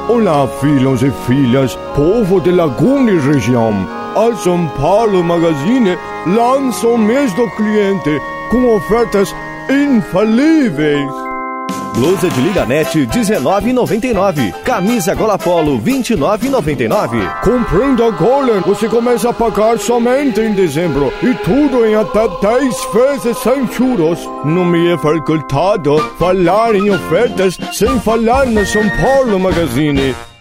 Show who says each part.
Speaker 1: Olá, filhos e filhas, povo de Laguna e região. A São Paulo Magazine lança o mês do cliente com ofertas infalíveis.
Speaker 2: Blusa de liga net R$19,99. Camisa gola polo R$29,99.
Speaker 1: Comprando agora, você começa a pagar somente em dezembro. E tudo em até 10 vezes sem juros. Não me é facultado falar em ofertas sem falar na São Paulo Magazine.